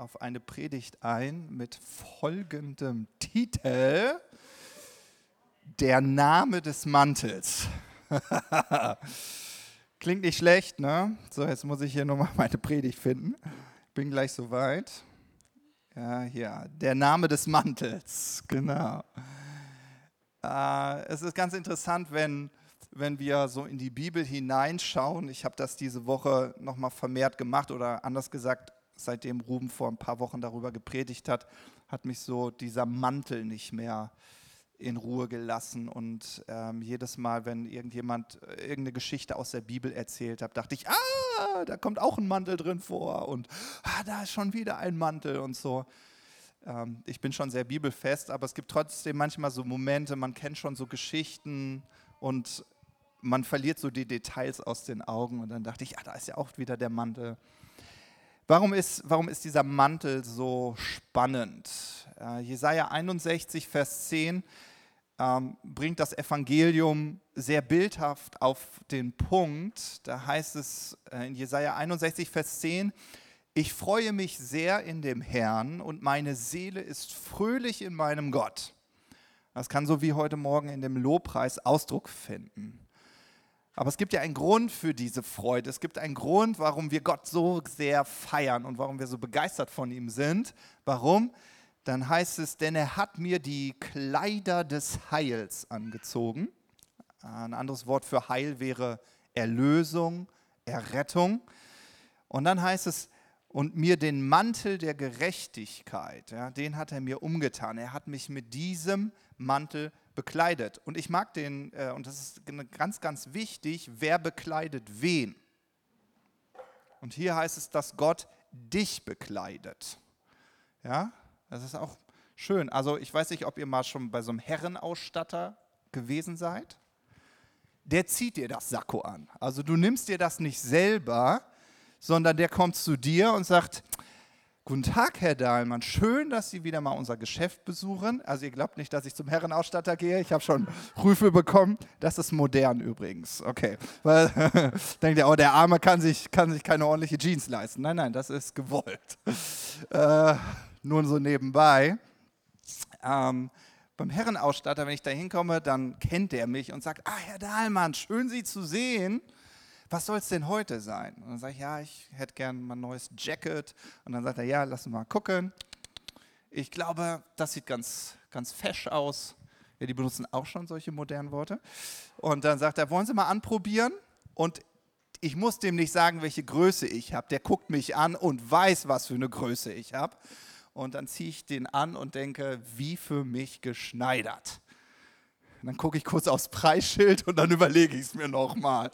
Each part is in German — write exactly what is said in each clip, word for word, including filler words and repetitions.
auf eine Predigt ein mit folgendem Titel: Der Name des Mantels. Klingt nicht schlecht, ne? So, jetzt muss ich hier nochmal meine Predigt finden. Bin gleich soweit. Ja, hier, der Name des Mantels, genau. Äh, es ist ganz interessant, wenn, wenn wir so in die Bibel hineinschauen. Ich habe das diese Woche nochmal vermehrt gemacht, oder anders gesagt, seitdem Ruben vor ein paar Wochen darüber gepredigt hat, hat mich so dieser Mantel nicht mehr in Ruhe gelassen. Und ähm, jedes Mal, wenn irgendjemand irgendeine Geschichte aus der Bibel erzählt hat, dachte ich, ah, da kommt auch ein Mantel drin vor und ah, da ist schon wieder ein Mantel und so. Ähm, ich bin schon sehr bibelfest, aber es gibt trotzdem manchmal so Momente, man kennt schon so Geschichten und man verliert so die Details aus den Augen. Und dann dachte ich, ah, da ist ja auch wieder der Mantel. Warum ist, warum ist dieser Mantel so spannend? Äh, Jesaja einundsechzig, Vers zehn ähm, bringt das Evangelium sehr bildhaft auf den Punkt. Da heißt es äh, in Jesaja einundsechzig, Vers zehn: Ich freue mich sehr in dem Herrn und meine Seele ist fröhlich in meinem Gott. Das kann so wie heute Morgen in dem Lobpreis Ausdruck finden. Aber es gibt ja einen Grund für diese Freude. Es gibt einen Grund, warum wir Gott so sehr feiern und warum wir so begeistert von ihm sind. Warum? Dann heißt es, denn er hat mir die Kleider des Heils angezogen. Ein anderes Wort für Heil wäre Erlösung, Errettung. Und dann heißt es, und mir den Mantel der Gerechtigkeit, ja, den hat er mir umgetan. Er hat mich mit diesem Mantel bekleidet. Und ich mag den, äh, und das ist ganz, ganz wichtig, wer bekleidet wen. Und hier heißt es, dass Gott dich bekleidet. Ja, das ist auch schön. Also ich weiß nicht, ob ihr mal schon bei so einem Herrenausstatter gewesen seid. Der zieht dir das Sakko an. Also du nimmst dir das nicht selber, sondern der kommt zu dir und sagt, guten Tag, Herr Dahlmann, schön, dass Sie wieder mal unser Geschäft besuchen. Also ihr glaubt nicht, dass ich zum Herrenausstatter gehe, ich habe schon Rüfe bekommen. Das ist modern übrigens, okay. Weil denkt ihr, oh, der Arme kann sich, kann sich keine ordentliche Jeans leisten. Nein, nein, das ist gewollt. Äh, nur so nebenbei. Ähm, beim Herrenausstatter, wenn ich da hinkomme, dann kennt der mich und sagt, ah, Herr Dahlmann, schön Sie zu sehen. Was soll es denn heute sein? Und dann sage ich, ja, ich hätte gern mal ein neues Jacket. Und dann sagt er, ja, lass uns mal gucken. Ich glaube, das sieht ganz, ganz fesch aus. Ja, die benutzen auch schon solche modernen Worte. Und dann sagt er, wollen Sie mal anprobieren? Und ich muss dem nicht sagen, welche Größe ich habe. Der guckt mich an und weiß, was für eine Größe ich habe. Und dann ziehe ich den an und denke, wie für mich geschneidert. Dann gucke ich kurz aufs Preisschild und dann überlege ich es mir nochmal.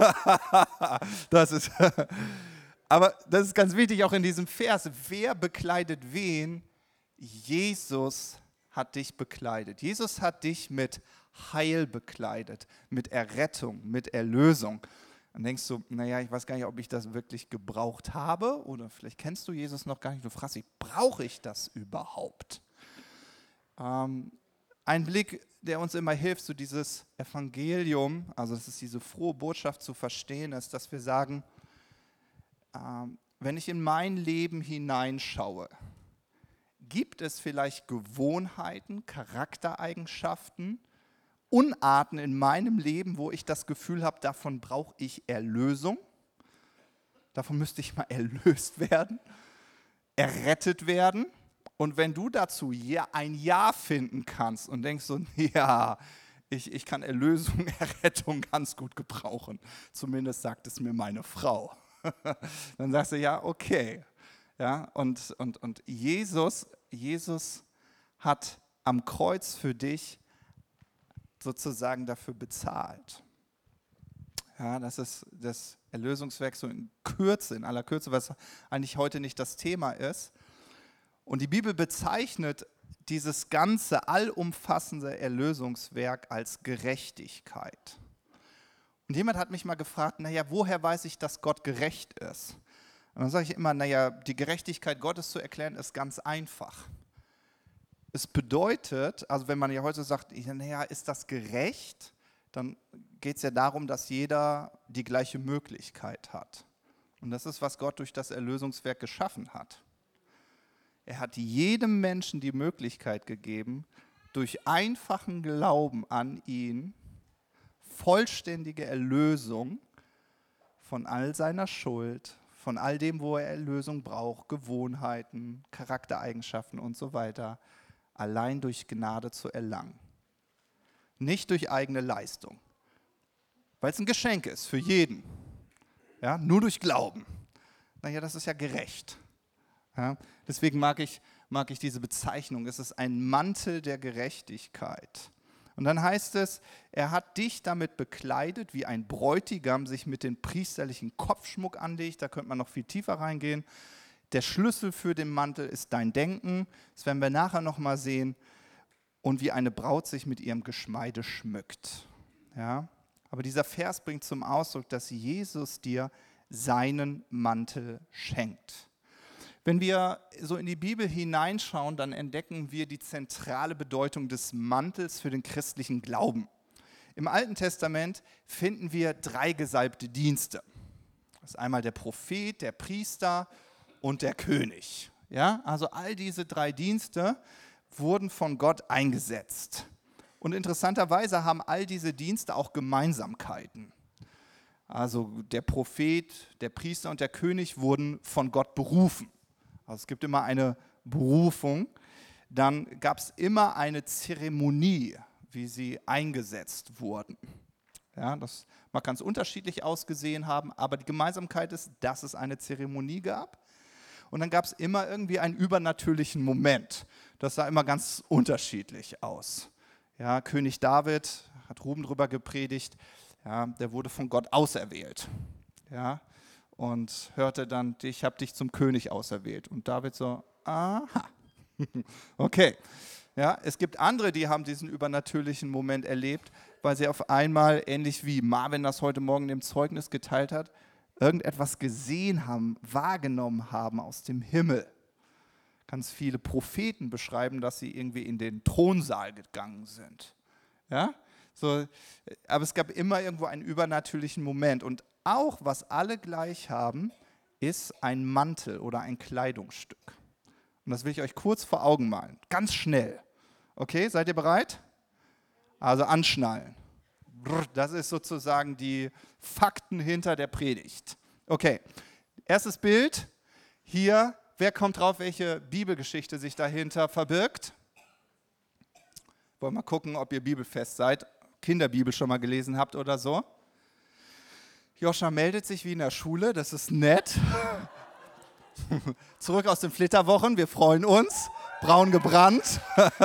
Das ist, aber das ist ganz wichtig auch in diesem Vers. Wer bekleidet wen? Jesus hat dich bekleidet. Jesus hat dich mit Heil bekleidet, mit Errettung, mit Erlösung. Dann denkst du, naja, ich weiß gar nicht, ob ich das wirklich gebraucht habe, oder vielleicht kennst du Jesus noch gar nicht. Du fragst dich, brauche ich das überhaupt? Ähm, Ein Blick, der uns immer hilft, so dieses Evangelium, also das ist diese frohe Botschaft zu verstehen, ist, dass wir sagen, ähm, wenn ich in mein Leben hineinschaue, gibt es vielleicht Gewohnheiten, Charaktereigenschaften, Unarten in meinem Leben, wo ich das Gefühl habe, davon brauche ich Erlösung, davon müsste ich mal erlöst werden, errettet werden. Und wenn du dazu ja, ein Ja finden kannst und denkst so, ja, ich, ich kann Erlösung, Errettung ganz gut gebrauchen, zumindest sagt es mir meine Frau, dann sagst du, ja, okay. Ja, und, und, und Jesus, Jesus hat am Kreuz für dich sozusagen dafür bezahlt. Ja, das ist das Erlösungswerk so in Kürze, in aller Kürze, was eigentlich heute nicht das Thema ist. Und die Bibel bezeichnet dieses ganze allumfassende Erlösungswerk als Gerechtigkeit. Und jemand hat mich mal gefragt, naja, woher weiß ich, dass Gott gerecht ist? Und dann sage ich immer, naja, die Gerechtigkeit Gottes zu erklären, ist ganz einfach. Es bedeutet, also wenn man ja heute sagt, naja, ist das gerecht? Dann geht es ja darum, dass jeder die gleiche Möglichkeit hat. Und das ist, was Gott durch das Erlösungswerk geschaffen hat. Er hat jedem Menschen die Möglichkeit gegeben, durch einfachen Glauben an ihn vollständige Erlösung von all seiner Schuld, von all dem, wo er Erlösung braucht, Gewohnheiten, Charaktereigenschaften und so weiter, allein durch Gnade zu erlangen. Nicht durch eigene Leistung, weil es ein Geschenk ist für jeden. Ja, nur durch Glauben. Naja, das ist ja gerecht. Ja, deswegen mag ich, mag ich diese Bezeichnung. Es ist ein Mantel der Gerechtigkeit. Und dann heißt es, er hat dich damit bekleidet, wie ein Bräutigam sich mit dem priesterlichen Kopfschmuck anlegt. Da könnte man noch viel tiefer reingehen. Der Schlüssel für den Mantel ist dein Denken. Das werden wir nachher nochmal sehen. Und wie eine Braut sich mit ihrem Geschmeide schmückt. Ja? Aber dieser Vers bringt zum Ausdruck, dass Jesus dir seinen Mantel schenkt. Wenn wir so in die Bibel hineinschauen, dann entdecken wir die zentrale Bedeutung des Mantels für den christlichen Glauben. Im Alten Testament finden wir drei gesalbte Dienste. Das ist einmal der Prophet, der Priester und der König. Ja, also all diese drei Dienste wurden von Gott eingesetzt. Und interessanterweise haben all diese Dienste auch Gemeinsamkeiten. Also der Prophet, der Priester und der König wurden von Gott berufen. Also es gibt immer eine Berufung. Dann gab es immer eine Zeremonie, wie sie eingesetzt wurden. Ja, das mag ganz unterschiedlich ausgesehen haben, aber die Gemeinsamkeit ist, dass es eine Zeremonie gab. Und dann gab es immer irgendwie einen übernatürlichen Moment. Das sah immer ganz unterschiedlich aus. Ja, König David, hat Ruben drüber gepredigt, ja, der wurde von Gott auserwählt. Ja, und hörte dann, ich habe dich zum König auserwählt. Und David so, aha, okay. Ja, es gibt andere, die haben diesen übernatürlichen Moment erlebt, weil sie auf einmal, ähnlich wie Marvin das heute Morgen im Zeugnis geteilt hat, irgendetwas gesehen haben, wahrgenommen haben aus dem Himmel. Ganz viele Propheten beschreiben, dass sie irgendwie in den Thronsaal gegangen sind. Ja? So, aber es gab immer irgendwo einen übernatürlichen Moment. Und auch, was alle gleich haben, ist ein Mantel oder ein Kleidungsstück. Und das will ich euch kurz vor Augen malen. Ganz schnell. Okay, seid ihr bereit? Also anschnallen. Das ist sozusagen die Fakten hinter der Predigt. Okay, erstes Bild. Hier, wer kommt drauf, welche Bibelgeschichte sich dahinter verbirgt? Wollen wir mal gucken, ob ihr bibelfest seid, Kinderbibel schon mal gelesen habt oder so. Joscha meldet sich wie in der Schule, das ist nett. Zurück aus den Flitterwochen, wir freuen uns. Braun gebrannt.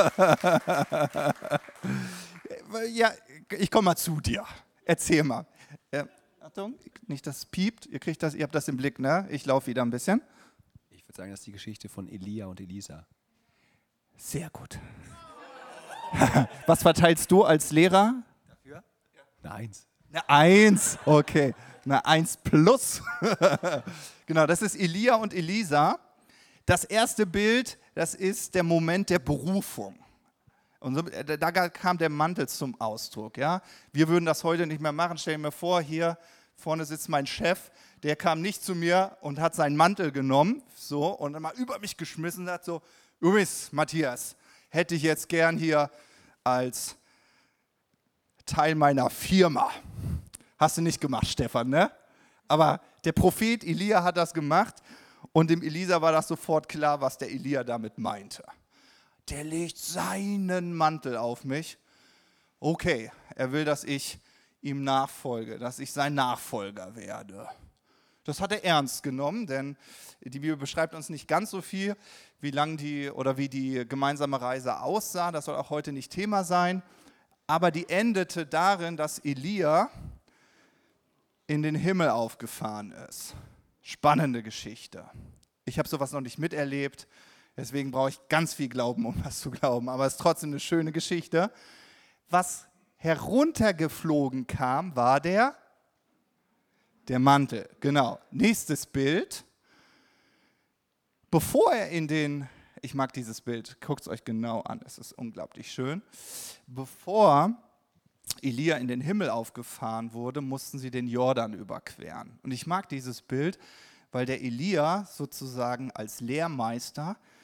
Ja, ich komme mal zu dir. Erzähl mal. Äh, Achtung, nicht, dass es piept. Ihr kriegt das, ihr habt das im Blick, ne? Ich laufe wieder ein bisschen. Ich würde sagen, das ist die Geschichte von Elia und Elisa. Sehr gut. Was verteilst du als Lehrer? Dafür? Ja. Eine Eins. Eine Eins, okay. Eine Eins plus. Genau, das ist Elia und Elisa. Das erste Bild, das ist der Moment der Berufung. Und so, da kam der Mantel zum Ausdruck. Ja? Wir würden das heute nicht mehr machen. Stell dir mir vor, hier vorne sitzt mein Chef, der kam nicht zu mir und hat seinen Mantel genommen so, und dann mal über mich geschmissen und hat so, übrigens, Matthias, hätte ich jetzt gern hier als Teil meiner Firma. Hast du nicht gemacht, Stefan, ne? Aber der Prophet Elia hat das gemacht und dem Elisa war das sofort klar, was der Elia damit meinte. Der legt seinen Mantel auf mich. Okay, er will, dass ich ihm nachfolge, dass ich sein Nachfolger werde. Das hat er ernst genommen, denn die Bibel beschreibt uns nicht ganz so viel, wie lang die oder wie die gemeinsame Reise aussah. Das soll auch heute nicht Thema sein. Aber die endete darin, dass Elia in den Himmel aufgefahren ist. Spannende Geschichte. Ich habe sowas noch nicht miterlebt. Deswegen brauche ich ganz viel Glauben, um das zu glauben. Aber es ist trotzdem eine schöne Geschichte. Was heruntergeflogen kam, war der, der Mantel. Genau. Nächstes Bild. Bevor er in den, ich mag dieses Bild, guckt es euch genau an, es ist unglaublich schön. Bevor Elia in den Himmel aufgefahren wurde, mussten sie den Jordan überqueren. Und ich mag dieses Bild, weil der Elia sozusagen als Lehrmeister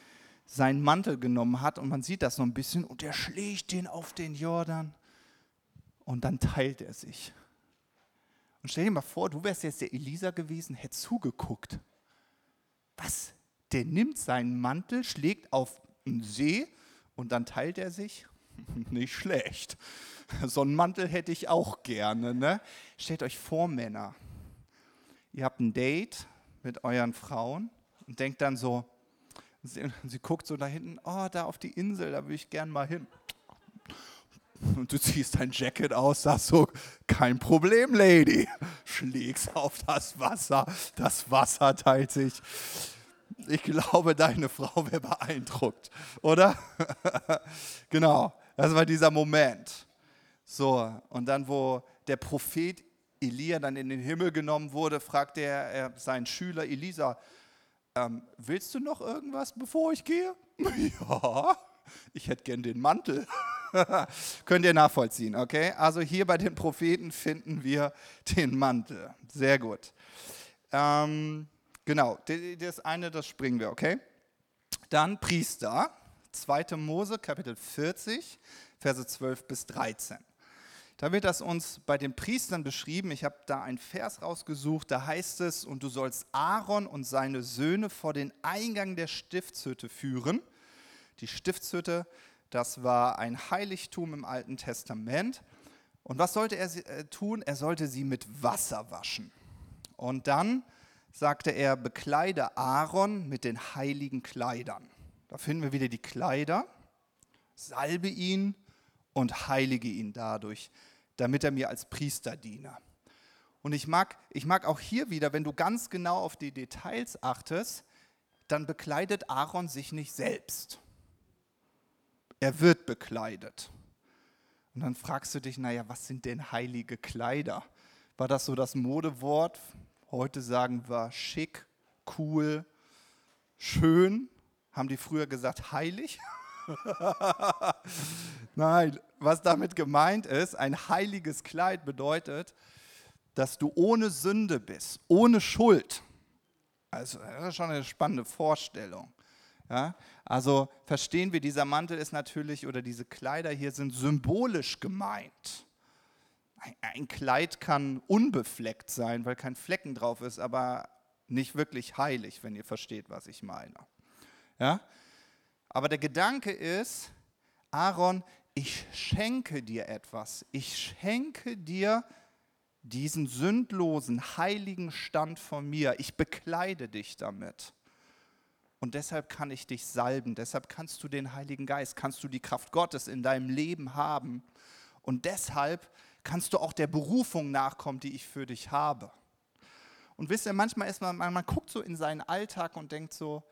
seinen Mantel genommen hat und man sieht das so ein bisschen und er schlägt den auf den Jordan und dann teilt er sich. Und stell dir mal vor, du wärst jetzt der Elisa gewesen, hättest zugeguckt. Was? Der nimmt seinen Mantel, schlägt auf einen See und dann teilt er sich? Nicht schlecht. So einen Mantel hätte ich auch gerne. Ne? Stellt euch vor, Männer, ihr habt ein Date mit euren Frauen und denkt dann so, sie, sie guckt so da hinten, oh, da auf die Insel, da will ich gern mal hin. Und du ziehst dein Jacket aus, sagst so, kein Problem, Lady. Schlägst auf das Wasser, das Wasser teilt sich. Ich glaube, deine Frau wäre beeindruckt, oder? Genau, das war dieser Moment. So, und dann, wo der Prophet Elia dann in den Himmel genommen wurde, fragte er, er seinen Schüler Elisa, ähm, willst du noch irgendwas, bevor ich gehe? Ja, ich hätte gern den Mantel. Könnt ihr nachvollziehen, okay? Also hier bei den Propheten finden wir den Mantel. Sehr gut. Ähm, genau, das eine, das springen wir, okay? Dann Priester, zweite Mose, Kapitel vierzig, Verse zwölf bis dreizehn. Da wird das uns bei den Priestern beschrieben. Ich habe da einen Vers rausgesucht, da heißt es, und du sollst Aaron und seine Söhne vor den Eingang der Stiftshütte führen. Die Stiftshütte, das war ein Heiligtum im Alten Testament. Und was sollte er tun? Er sollte sie mit Wasser waschen. Und dann sagte er, bekleide Aaron mit den heiligen Kleidern. Da finden wir wieder die Kleider, salbe ihn und heilige ihn dadurch, damit er mir als Priester diene. Und ich mag, ich mag auch hier wieder, wenn du ganz genau auf die Details achtest, dann bekleidet Aaron sich nicht selbst. Er wird bekleidet. Und dann fragst du dich, naja, was sind denn heilige Kleider? War das so das Modewort? Heute sagen wir schick, cool, schön. Haben die früher gesagt heilig? Nein, was damit gemeint ist, ein heiliges Kleid bedeutet, dass du ohne Sünde bist, ohne Schuld. Also das ist schon eine spannende Vorstellung. Ja, also verstehen wir, dieser Mantel ist natürlich, oder diese Kleider hier sind symbolisch gemeint. Ein, ein Kleid kann unbefleckt sein, weil kein Flecken drauf ist, aber nicht wirklich heilig, wenn ihr versteht, was ich meine. Ja? Aber der Gedanke ist, Aaron, ich schenke dir etwas. Ich schenke dir diesen sündlosen, heiligen Stand von mir. Ich bekleide dich damit. Und deshalb kann ich dich salben, deshalb kannst du den Heiligen Geist, kannst du die Kraft Gottes in deinem Leben haben. Und deshalb kannst du auch der Berufung nachkommen, die ich für dich habe. Und wisst ihr, manchmal ist man, man, man guckt so in seinen Alltag und denkt so,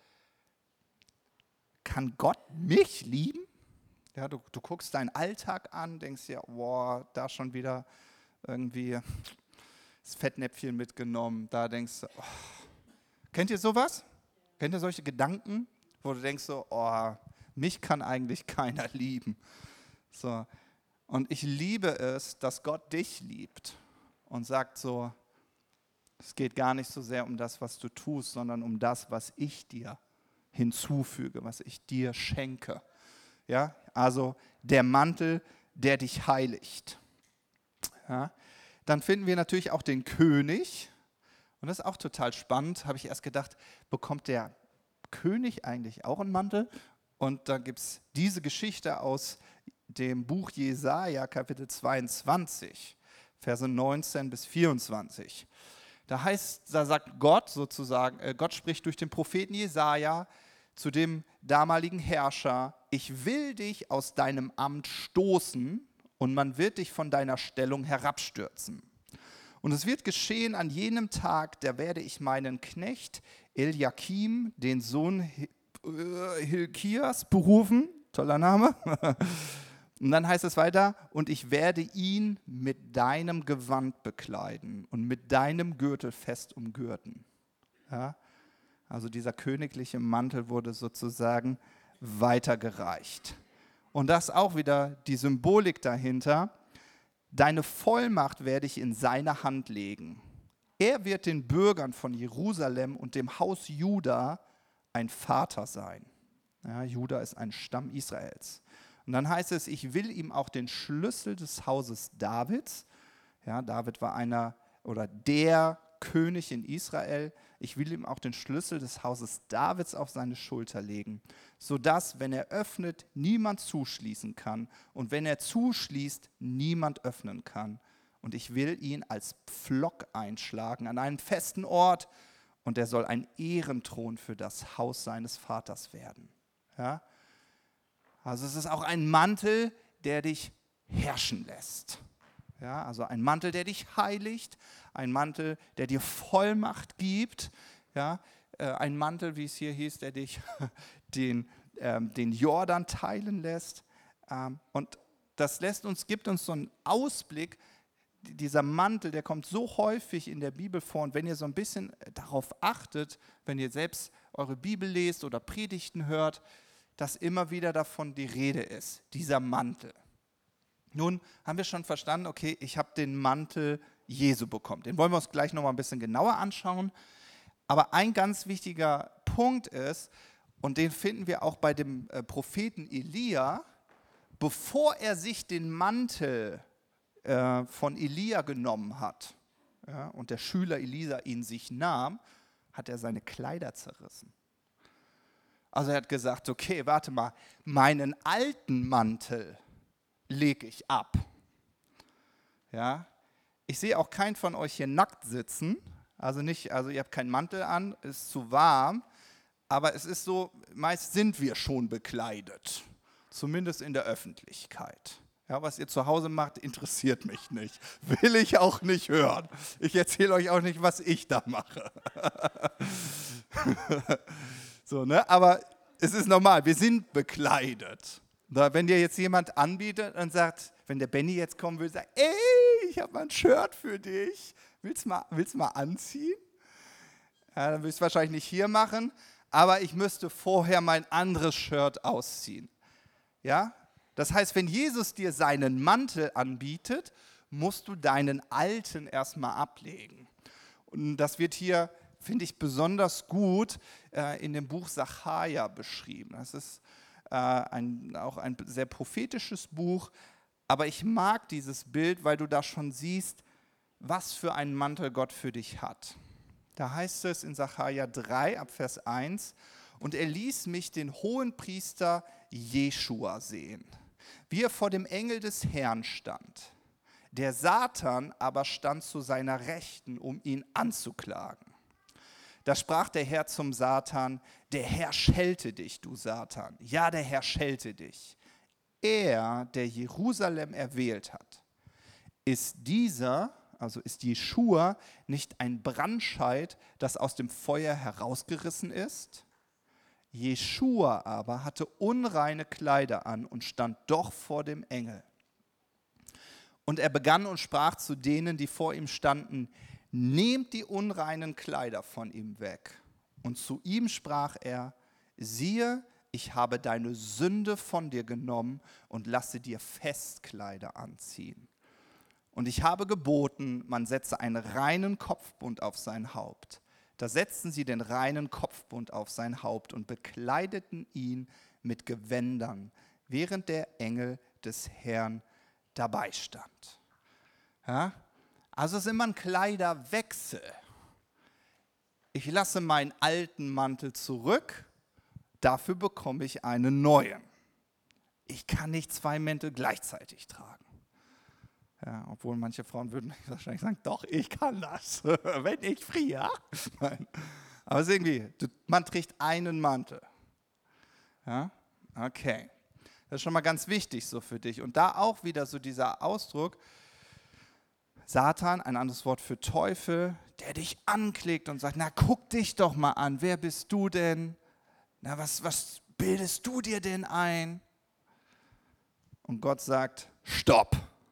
kann Gott mich lieben? Ja, du, du guckst deinen Alltag an, denkst dir, boah, da schon wieder irgendwie das Fettnäpfchen mitgenommen. Da denkst du, oh. Kennt ihr sowas? Kennt ihr solche Gedanken, wo du denkst so, oh, mich kann eigentlich keiner lieben. So. Und ich liebe es, dass Gott dich liebt und sagt so, es geht gar nicht so sehr um das, was du tust, sondern um das, was ich dir hinzufüge, was ich dir schenke. Ja? Also der Mantel, der dich heiligt. Ja? Dann finden wir natürlich auch den König. Und das ist auch total spannend, habe ich erst gedacht, bekommt der König eigentlich auch einen Mantel? Und da gibt es diese Geschichte aus dem Buch Jesaja, Kapitel zweiundzwanzig, Verse neunzehn bis vierundzwanzig. Da heißt, da sagt Gott sozusagen, äh, Gott spricht durch den Propheten Jesaja zu dem damaligen Herrscher, ich will dich aus deinem Amt stoßen und man wird dich von deiner Stellung herabstürzen. Und es wird geschehen an jenem Tag, da werde ich meinen Knecht Eliakim, den Sohn Hilkias, berufen. Toller Name. Und dann heißt es weiter, und ich werde ihn mit deinem Gewand bekleiden und mit deinem Gürtel fest umgürten. Ja? Also dieser königliche Mantel wurde sozusagen weitergereicht. Und das auch wieder die Symbolik dahinter. Deine Vollmacht werde ich in seine Hand legen. Er wird den Bürgern von Jerusalem und dem Haus Juda ein Vater sein. Ja, Juda ist ein Stamm Israels. Und dann heißt es, ich will ihm auch den Schlüssel des Hauses Davids, ja, David war einer oder der König in Israel, ich will ihm auch den Schlüssel des Hauses Davids auf seine Schulter legen, sodass, wenn er öffnet, niemand zuschließen kann und wenn er zuschließt, niemand öffnen kann. Und ich will ihn als Pflock einschlagen an einen festen Ort und er soll ein Ehrenthron für das Haus seines Vaters werden. Ja? Also es ist auch ein Mantel, der dich herrschen lässt. Ja, also ein Mantel, der dich heiligt, ein Mantel, der dir Vollmacht gibt, ja, äh, ein Mantel, wie es hier hieß, der dich den, ähm, den Jordan teilen lässt. Ähm, und das lässt uns, gibt uns so einen Ausblick, dieser Mantel, der kommt so häufig in der Bibel vor. Und wenn ihr so ein bisschen darauf achtet, wenn ihr selbst eure Bibel lest oder Predigten hört, dass immer wieder davon die Rede ist, dieser Mantel. Nun haben wir schon verstanden, okay, ich habe den Mantel Jesu bekommen. Den wollen wir uns gleich nochmal ein bisschen genauer anschauen. Aber ein ganz wichtiger Punkt ist, und den finden wir auch bei dem äh, Propheten Elia, bevor er sich den Mantel äh, von Elia genommen hat, ja, und der Schüler Elisa ihn sich nahm, hat er seine Kleider zerrissen. Also er hat gesagt, okay, warte mal, meinen alten Mantel lege ich ab. Ja, ich sehe auch keinen von euch hier nackt sitzen, also nicht, also ihr habt keinen Mantel an, ist zu warm, aber es ist so, meist sind wir schon bekleidet, zumindest in der Öffentlichkeit. Ja, was ihr zu Hause macht, interessiert mich nicht, will ich auch nicht hören. Ich erzähle euch auch nicht, was ich da mache. So, ne? Aber es ist normal, wir sind bekleidet. Wenn dir jetzt jemand anbietet und sagt, wenn der Benny jetzt kommen will, sagt, ey, ich habe mal ein Shirt für dich, willst du mal, willst mal anziehen? Ja, dann würde ich es wahrscheinlich nicht hier machen, aber ich müsste vorher mein anderes Shirt ausziehen. Ja? Das heißt, wenn Jesus dir seinen Mantel anbietet, musst du deinen alten erstmal ablegen. Und das wird hier, finde ich, besonders gut äh, in dem Buch Sacharja beschrieben. Das ist äh, ein, auch ein sehr prophetisches Buch, aber ich mag dieses Bild, weil du da schon siehst, was für einen Mantel Gott für dich hat. Da heißt es in Sacharja drei ab Vers eins, und er ließ mich den Hohenpriester Jeschua sehen, wie er vor dem Engel des Herrn stand. Der Satan aber stand zu seiner Rechten, um ihn anzuklagen. Da sprach der Herr zum Satan, der Herr schelte dich, du Satan. Ja, der Herr schelte dich. Er, der Jerusalem erwählt hat, ist dieser, also ist Jeschua, nicht ein Brandscheit, das aus dem Feuer herausgerissen ist? Jeschua aber hatte unreine Kleider an und stand doch vor dem Engel. Und er begann und sprach zu denen, die vor ihm standen, nehmt die unreinen Kleider von ihm weg. Und zu ihm sprach er, siehe, ich habe deine Sünde von dir genommen und lasse dir Festkleider anziehen. Und ich habe geboten, man setze einen reinen Kopfbund auf sein Haupt. Da setzten sie den reinen Kopfbund auf sein Haupt und bekleideten ihn mit Gewändern, während der Engel des Herrn dabei stand. Ja? Also es ist immer ein Kleiderwechsel. Ich lasse meinen alten Mantel zurück, dafür bekomme ich einen neuen. Ich kann nicht zwei Mäntel gleichzeitig tragen. Ja, obwohl manche Frauen würden wahrscheinlich sagen, doch, ich kann das, wenn ich friere. Nein. Aber es ist irgendwie, man trägt einen Mantel. Ja, okay. Das ist schon mal ganz wichtig so für dich. Und da auch wieder so dieser Ausdruck, Satan, ein anderes Wort für Teufel, der dich anklickt und sagt, na guck dich doch mal an, wer bist du denn? Na, was, was bildest du dir denn ein? Und Gott sagt, stopp.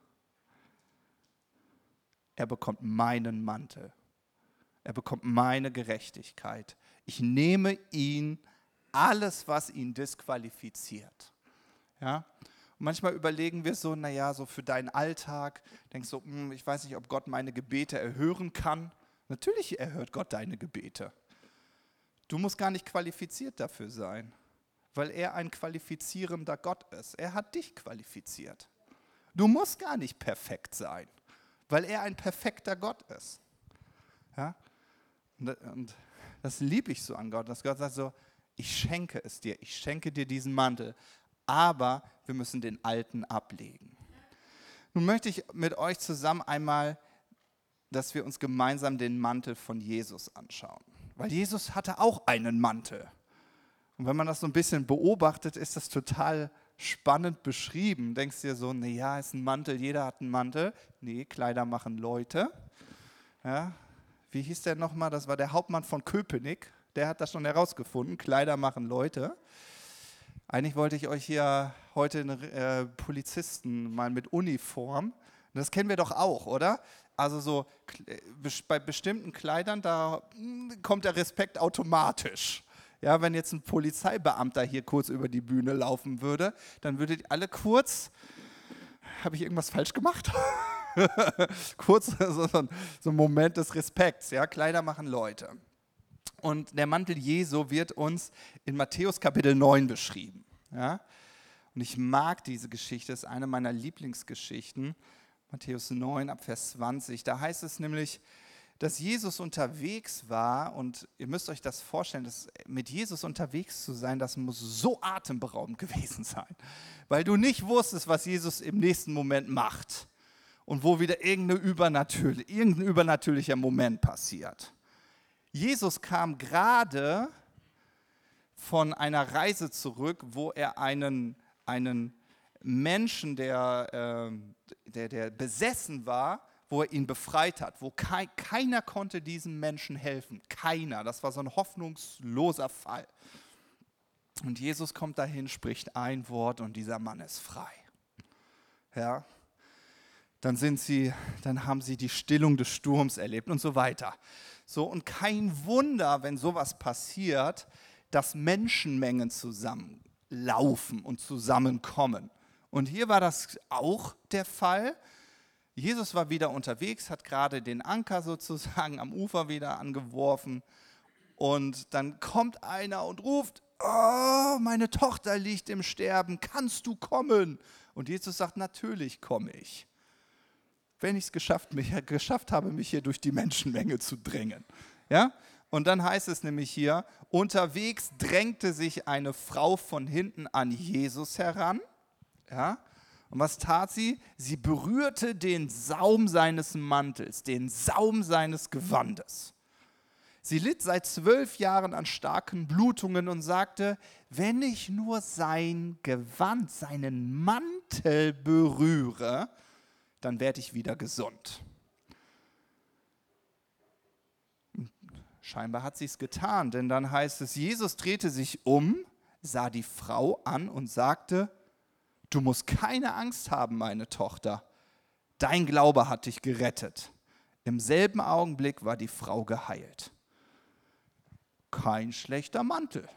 Er bekommt meinen Mantel. Er bekommt meine Gerechtigkeit. Ich nehme ihn, alles, was ihn disqualifiziert. Ja? Und manchmal überlegen wir so, naja, so für deinen Alltag, denkst du, hm, ich weiß nicht, ob Gott meine Gebete erhören kann. Natürlich erhört Gott deine Gebete. Du musst gar nicht qualifiziert dafür sein. weil er ein qualifizierender Gott ist. Er hat dich qualifiziert. Du musst gar nicht perfekt sein, weil er ein perfekter Gott ist. Ja? Und, und das liebe ich so an Gott, dass Gott sagt so, ich schenke es dir, ich schenke dir diesen Mantel, aber wir müssen den alten ablegen. Nun möchte ich mit euch zusammen einmal, dass wir uns gemeinsam den Mantel von Jesus anschauen. Weil Jesus hatte auch einen Mantel. Und wenn man das so ein bisschen beobachtet, ist das total spannend beschrieben. Denkst du dir so, naja, ist ein Mantel, jeder hat einen Mantel. Nee, Kleider machen Leute. Ja, wie hieß der nochmal? Das war der Hauptmann von Köpenick. Der hat das schon herausgefunden. Kleider machen Leute. Eigentlich wollte ich euch hier heute einen äh, Polizisten mal mit Uniform. Das kennen wir doch auch, oder? Also so bei bestimmten Kleidern, da kommt der Respekt automatisch. Ja, wenn jetzt ein Polizeibeamter hier kurz über die Bühne laufen würde, dann würdet ihr alle kurz, habe ich irgendwas falsch gemacht? kurz so, so, so ein Moment des Respekts. Ja, Kleider machen Leute. Und der Mantel Jesu wird uns in Matthäus Kapitel neun beschrieben. Ja? Und ich mag diese Geschichte, das ist eine meiner Lieblingsgeschichten. Matthäus neun, ab Vers zwanzig. Da heißt es nämlich, dass Jesus unterwegs war. Und ihr müsst euch das vorstellen, dass mit Jesus unterwegs zu sein, das muss so atemberaubend gewesen sein. Weil du nicht wusstest, was Jesus im nächsten Moment macht. Und wo wieder irgendeine übernatürliche, irgendein übernatürlicher Moment passiert. Jesus kam gerade von einer Reise zurück, wo er einen, einen Menschen, der, äh, der, der besessen war, wo er ihn befreit hat, wo kei, keiner konnte diesem Menschen helfen. Keiner. Das war so ein hoffnungsloser Fall. Und Jesus kommt dahin, spricht ein Wort und dieser Mann ist frei. Ja. Dann sind sie, dann haben sie die Stillung des Sturms erlebt und so weiter. So, und kein Wunder, wenn sowas passiert, dass Menschenmengen zusammenlaufen und zusammenkommen. Und hier war das auch der Fall. Jesus war wieder unterwegs, hat gerade den Anker sozusagen am Ufer wieder angeworfen. Und dann kommt einer und ruft, oh, meine Tochter liegt im Sterben, kannst du kommen? Und Jesus sagt, natürlich komme ich. Wenn ich es geschafft, mich, geschafft habe, mich hier durch die Menschenmenge zu drängen. Ja? Und dann heißt es nämlich hier, unterwegs drängte sich eine Frau von hinten an Jesus heran. Ja? Und was tat sie? Sie berührte den Saum seines Mantels, den Saum seines Gewandes. Sie litt seit zwölf Jahren an starken Blutungen und sagte, wenn ich nur sein Gewand, seinen Mantel berühre, dann werde ich wieder gesund. Scheinbar hat sie es getan, denn dann heißt es, Jesus drehte sich um, sah die Frau an und sagte, du musst keine Angst haben, meine Tochter, dein Glaube hat dich gerettet. Im selben Augenblick war die Frau geheilt. Kein schlechter Mantel.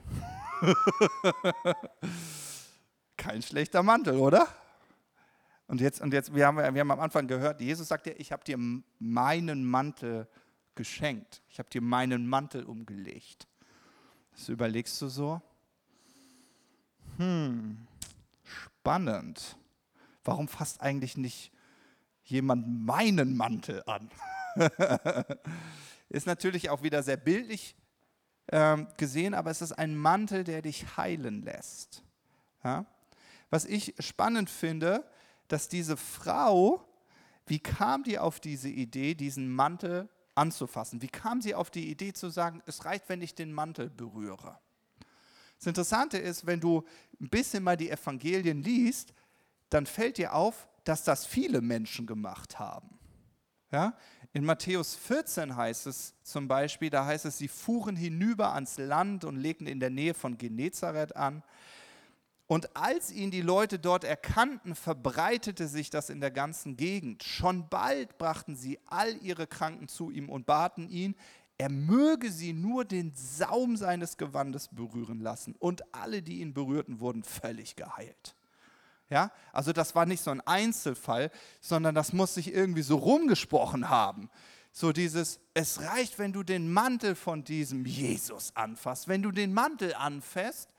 Kein schlechter Mantel, oder? Und jetzt, und jetzt wir, haben, wir haben am Anfang gehört, Jesus sagt ja, ich habe dir meinen Mantel geschenkt. Ich habe dir meinen Mantel umgelegt. Das überlegst du so? Hm, spannend. Warum fasst eigentlich nicht jemand meinen Mantel an? Ist natürlich auch wieder sehr bildlich ähm, gesehen, aber es ist ein Mantel, der dich heilen lässt. Ja? Was ich spannend finde, dass diese Frau, wie kam die auf diese Idee, diesen Mantel anzufassen? Wie kam sie auf die Idee zu sagen, es reicht, wenn ich den Mantel berühre? Das Interessante ist, wenn du ein bisschen mal die Evangelien liest, dann fällt dir auf, dass das viele Menschen gemacht haben. Ja? In Matthäus vierzehn heißt es zum Beispiel, da heißt es, sie fuhren hinüber ans Land und legten in der Nähe von Genezareth an. Und als ihn die Leute dort erkannten, verbreitete sich das in der ganzen Gegend. Schon bald brachten sie all ihre Kranken zu ihm und baten ihn, er möge sie nur den Saum seines Gewandes berühren lassen. Und alle, die ihn berührten, wurden völlig geheilt. Ja? Also das war nicht so ein Einzelfall, sondern das muss sich irgendwie so rumgesprochen haben. So dieses, es reicht, wenn du den Mantel von diesem Jesus anfasst. Wenn du den Mantel anfasst,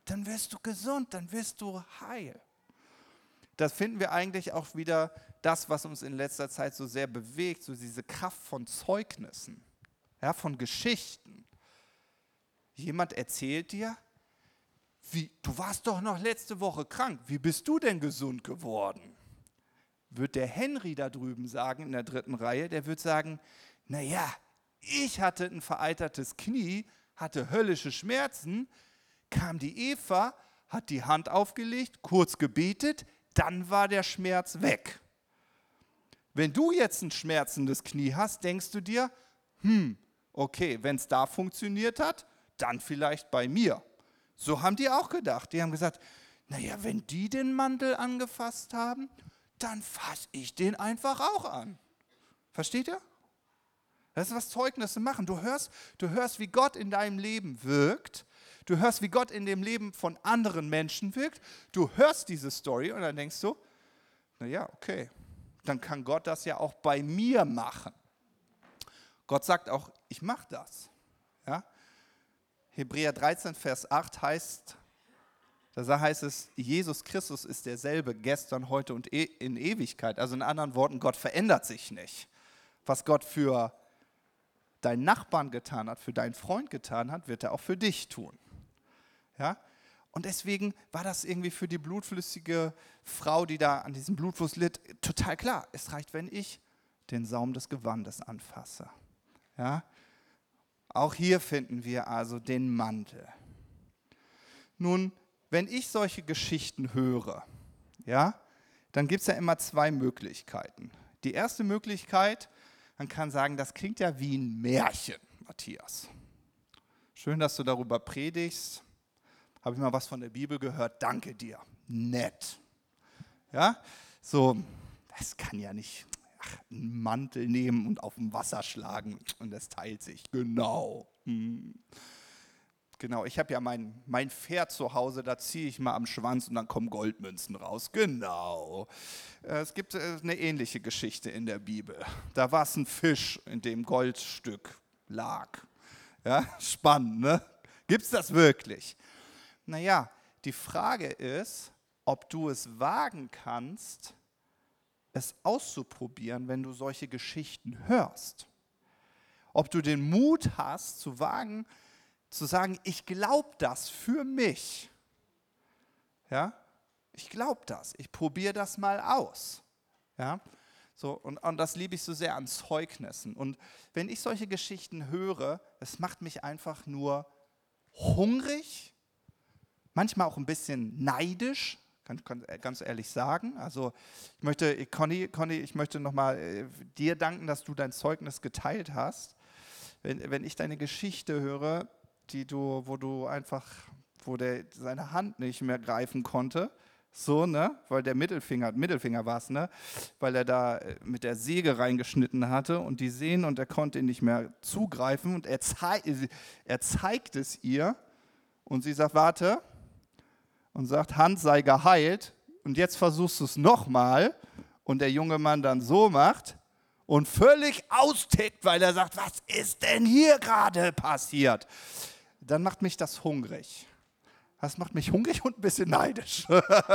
dann wirst du gesund, dann wirst du heil. Das finden wir eigentlich auch wieder das, was uns in letzter Zeit so sehr bewegt, so diese Kraft von Zeugnissen, ja, von Geschichten. Jemand erzählt dir, wie, du warst doch noch letzte Woche krank, wie bist du denn gesund geworden? Wird der Henry da drüben sagen, in der dritten Reihe, der wird sagen, naja, ich hatte ein vereitertes Knie, hatte höllische Schmerzen, kam die Eva, hat die Hand aufgelegt, kurz gebetet, dann war der Schmerz weg. Wenn du jetzt ein schmerzendes Knie hast, denkst du dir, hm, okay, wenn es da funktioniert hat, dann vielleicht bei mir. So haben die auch gedacht. Die haben gesagt, naja, wenn die den Mantel angefasst haben, dann fasse ich den einfach auch an. Versteht ihr? Das ist, was Zeugnisse machen. Du hörst, du hörst, wie Gott in deinem Leben wirkt. Du hörst, wie Gott in dem Leben von anderen Menschen wirkt. Du hörst diese Story und dann denkst du, naja, okay, dann kann Gott das ja auch bei mir machen. Gott sagt auch, ich mache das. Ja? Hebräer dreizehn, Vers acht heißt, da heißt es, Jesus Christus ist derselbe gestern, heute und in Ewigkeit. Also in anderen Worten, Gott verändert sich nicht. Was Gott für deinen Nachbarn getan hat, für deinen Freund getan hat, wird er auch für dich tun. Ja? Und deswegen war das irgendwie für die blutflüssige Frau, die da an diesem Blutfluss litt, total klar. Es reicht, wenn ich den Saum des Gewandes anfasse. Ja? Auch hier finden wir also den Mantel. Nun, wenn ich solche Geschichten höre, ja, dann gibt es ja immer zwei Möglichkeiten. Die erste Möglichkeit, man kann sagen, das klingt ja wie ein Märchen, Matthias. Schön, dass du darüber predigst. Habe ich mal was von der Bibel gehört? Danke dir. Nett. Ja, so, das kann ja nicht ach, einen Mantel nehmen und auf dem Wasser schlagen und das teilt sich. Genau. Hm. Genau, ich habe ja mein, mein Pferd zu Hause, da ziehe ich mal am Schwanz und dann kommen Goldmünzen raus. Genau. Es gibt eine ähnliche Geschichte in der Bibel. Da war es ein Fisch, in dem Goldstück lag. Ja, spannend, ne? Gibt es das wirklich? Naja, die Frage ist, ob du es wagen kannst, es auszuprobieren, wenn du solche Geschichten hörst. Ob du den Mut hast, zu wagen, zu sagen, ich glaube das für mich. Ja, ich glaube das, ich probiere das mal aus. Ja, so, und, und das liebe ich so sehr an Zeugnissen. Und wenn ich solche Geschichten höre, es macht mich einfach nur hungrig, manchmal auch ein bisschen neidisch, kann ich ganz ehrlich sagen. Also ich möchte, Conny, Conny, ich möchte nochmal äh, dir danken, dass du dein Zeugnis geteilt hast. Wenn, wenn ich deine Geschichte höre, die du, wo du einfach, wo der seine Hand nicht mehr greifen konnte, so, ne, weil der Mittelfinger, Mittelfinger war es, ne, weil er da mit der Säge reingeschnitten hatte und die Sehnen und er konnte ihn nicht mehr zugreifen und er, zei er zeigt es ihr und sie sagt, warte, und sagt, Hand sei geheilt und jetzt versuchst du es nochmal und der junge Mann dann so macht und völlig austickt, weil er sagt, was ist denn hier gerade passiert? Dann macht mich das hungrig. Das macht mich hungrig und ein bisschen neidisch.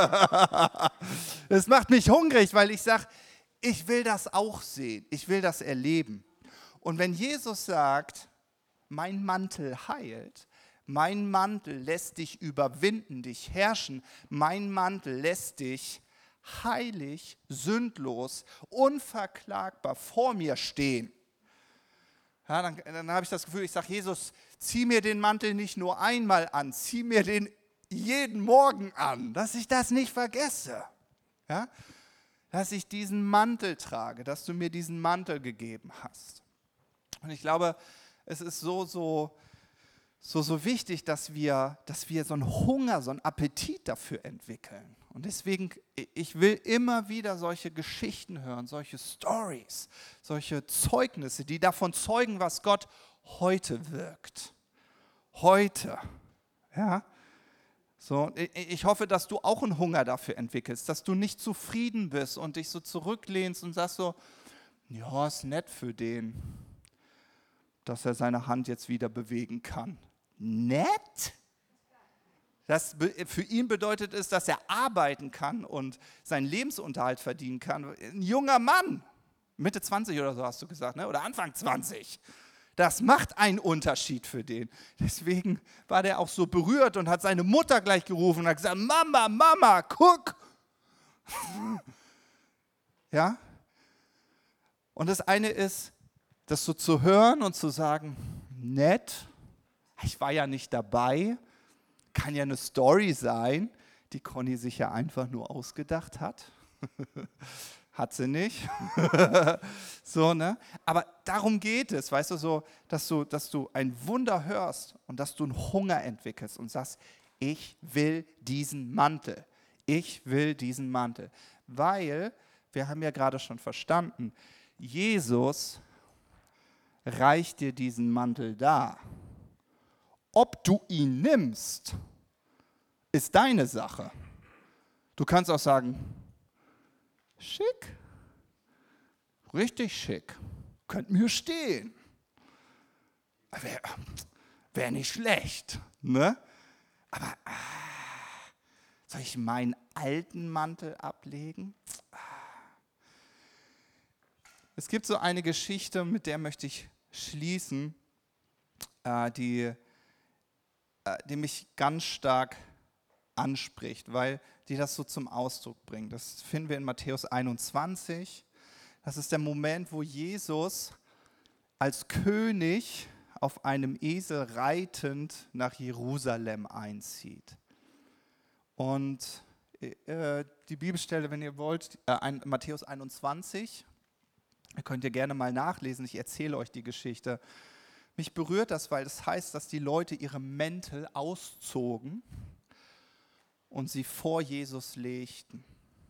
Es macht mich hungrig, weil ich sage, ich will das auch sehen, ich will das erleben. Und wenn Jesus sagt, mein Mantel heilt, mein Mantel lässt dich überwinden, dich herrschen, mein Mantel lässt dich heilig, sündlos, unverklagbar vor mir stehen. Ja, dann dann habe ich das Gefühl, ich sage, Jesus, zieh mir den Mantel nicht nur einmal an, zieh mir den jeden Morgen an, dass ich das nicht vergesse. Ja? Dass ich diesen Mantel trage, dass du mir diesen Mantel gegeben hast. Und ich glaube, es ist so, so, so, so wichtig, dass wir, dass wir so einen Hunger, so einen Appetit dafür entwickeln. Und deswegen, ich will immer wieder solche Geschichten hören, solche Stories, solche Zeugnisse, die davon zeugen, was Gott heute wirkt. Heute. Ja. So, ich hoffe, dass du auch einen Hunger dafür entwickelst, dass du nicht zufrieden bist und dich so zurücklehnst und sagst so, ja, ist nett für den, dass er seine Hand jetzt wieder bewegen kann. Nett? Das für ihn bedeutet es, dass er arbeiten kann und seinen Lebensunterhalt verdienen kann. Ein junger Mann, Mitte zwanzig oder so hast du gesagt, ne? Oder Anfang zwanzig. Das macht einen Unterschied für den. Deswegen war der auch so berührt und hat seine Mutter gleich gerufen und hat gesagt, Mama, Mama, guck. Ja? Und das eine ist, das so zu hören und zu sagen, nett, ich war ja nicht dabei, kann ja eine Story sein, die Conny sich ja einfach nur ausgedacht hat. Hat sie nicht. So, ne? Aber darum geht es, weißt du, so, dass du, dass du ein Wunder hörst und dass du einen Hunger entwickelst und sagst, ich will diesen Mantel. Ich will diesen Mantel. Weil, wir haben ja gerade schon verstanden, Jesus reicht dir diesen Mantel dar. Ob du ihn nimmst, ist deine Sache. Du kannst auch sagen, schick, richtig schick, könnt mir stehen. Wäre wär nicht schlecht, ne? Aber ah, soll ich meinen alten Mantel ablegen? Ah. Es gibt so eine Geschichte, mit der möchte ich schließen, äh, die die mich ganz stark anspricht, weil die das so zum Ausdruck bringt. Das finden wir in Matthäus einundzwanzig. Das ist der Moment, wo Jesus als König auf einem Esel reitend nach Jerusalem einzieht. Und äh, die Bibelstelle, wenn ihr wollt, äh, ein, Matthäus einundzwanzig, könnt ihr gerne mal nachlesen, ich erzähle euch die Geschichte. Mich berührt das, weil das heißt, dass die Leute ihre Mäntel auszogen und sie vor Jesus legten.